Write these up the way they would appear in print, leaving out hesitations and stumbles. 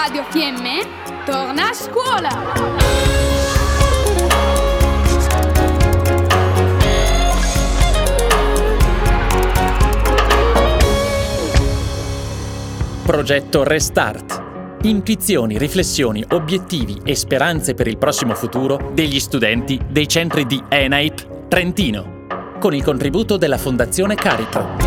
Radio Fiemme torna a scuola! Progetto Restart. Intuizioni, riflessioni, obiettivi e speranze per il prossimo futuro degli studenti dei centri di ENAIP Trentino, con il contributo della Fondazione Caripro.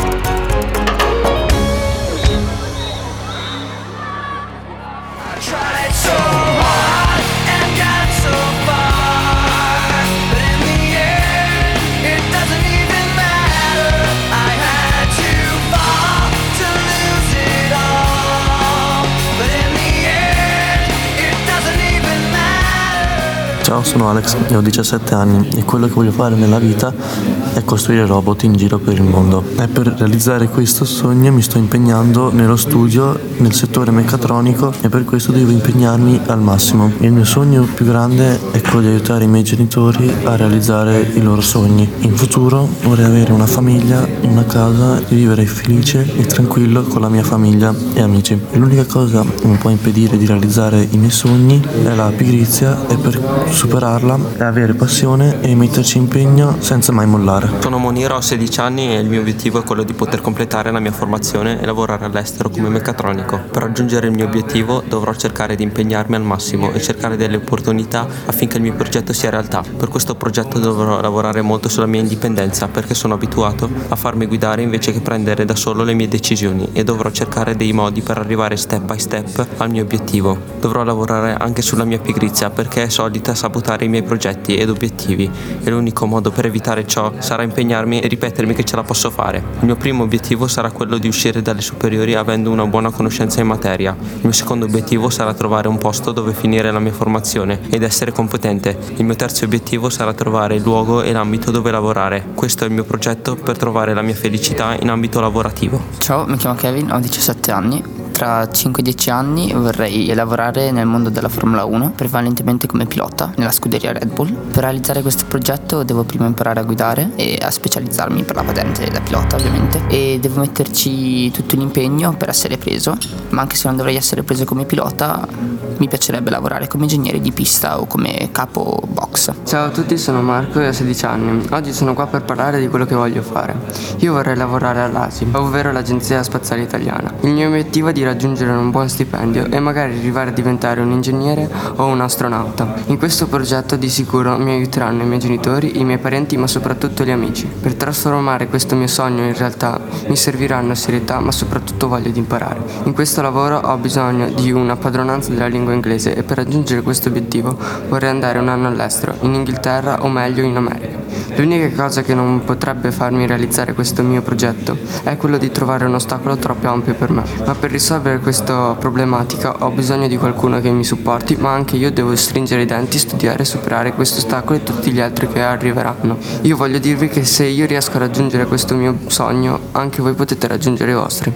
Ciao, sono Alex e ho 17 anni e quello che voglio fare nella vita è costruire robot in giro per il mondo. E per realizzare questo sogno mi sto impegnando nello studio, nel settore meccatronico, e per questo devo impegnarmi al massimo. Il mio sogno più grande è quello di aiutare i miei genitori a realizzare i loro sogni. In futuro vorrei avere una famiglia, una casa e vivere felice e tranquillo con la mia famiglia e amici. E l'unica cosa che mi può impedire di realizzare i miei sogni è la pigrizia, e per superarla è avere passione e metterci impegno senza mai mollare. Sono Moniro, ho 16 anni e il mio obiettivo è quello di poter completare la mia formazione e lavorare all'estero come meccatronico. Per raggiungere il mio obiettivo dovrò cercare di impegnarmi al massimo e cercare delle opportunità affinché il mio progetto sia realtà. Per questo progetto dovrò lavorare molto sulla mia indipendenza, perché sono abituato a farmi guidare invece che prendere da solo le mie decisioni, e dovrò cercare dei modi per arrivare step by step al mio obiettivo. Dovrò lavorare anche sulla mia pigrizia, perché è solita sabotare i miei progetti ed obiettivi, e l'unico modo per evitare ciò sarà impegnarmi e ripetermi che ce la posso fare. Il mio primo obiettivo sarà quello di uscire dalle superiori avendo una buona conoscenza in materia. Il mio secondo obiettivo sarà trovare un posto dove finire la mia formazione ed essere competente. Il mio terzo obiettivo sarà trovare il luogo e l'ambito dove lavorare. Questo è il mio progetto per trovare la mia felicità in ambito lavorativo. Ciao, mi chiamo Kevin, ho 17 anni. Tra 5-10 anni vorrei lavorare nel mondo della Formula 1, prevalentemente come pilota nella scuderia Red Bull. Per realizzare questo progetto devo prima imparare a guidare e a specializzarmi per la patente da pilota, ovviamente, e devo metterci tutto l'impegno per essere preso, ma anche se non dovrei essere preso come pilota mi piacerebbe lavorare come ingegnere di pista o come capo box. Ciao a tutti, sono Marco e ho 16 anni. Oggi sono qua per parlare di quello che voglio fare. Io vorrei lavorare all'ASI, ovvero l'Agenzia Spaziale Italiana. Il mio obiettivo è di raggiungere un buon stipendio e magari arrivare a diventare un ingegnere o un astronauta. In questo progetto di sicuro mi aiuteranno i miei genitori, i miei parenti, ma soprattutto gli amici. Per trasformare questo mio sogno in realtà mi serviranno serietà, ma soprattutto voglia di imparare. In questo lavoro ho bisogno di una padronanza della lingua inglese, e per raggiungere questo obiettivo vorrei andare un anno all'estero, in Inghilterra o meglio in America. L'unica cosa che non potrebbe farmi realizzare questo mio progetto è quello di trovare un ostacolo troppo ampio per me. Ma per risolvere questa problematica ho bisogno di qualcuno che mi supporti, ma anche io devo stringere i denti, studiare, superare questo ostacolo e tutti gli altri che arriveranno. Io voglio dirvi che se io riesco a raggiungere questo mio sogno, anche voi potete raggiungere i vostri.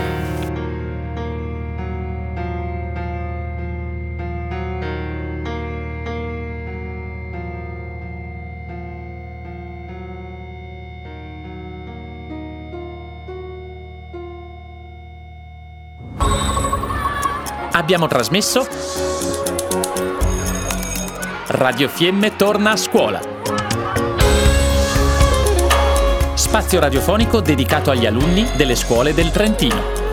Abbiamo trasmesso Radio Fiemme torna a scuola. Spazio radiofonico dedicato agli alunni delle scuole del Trentino.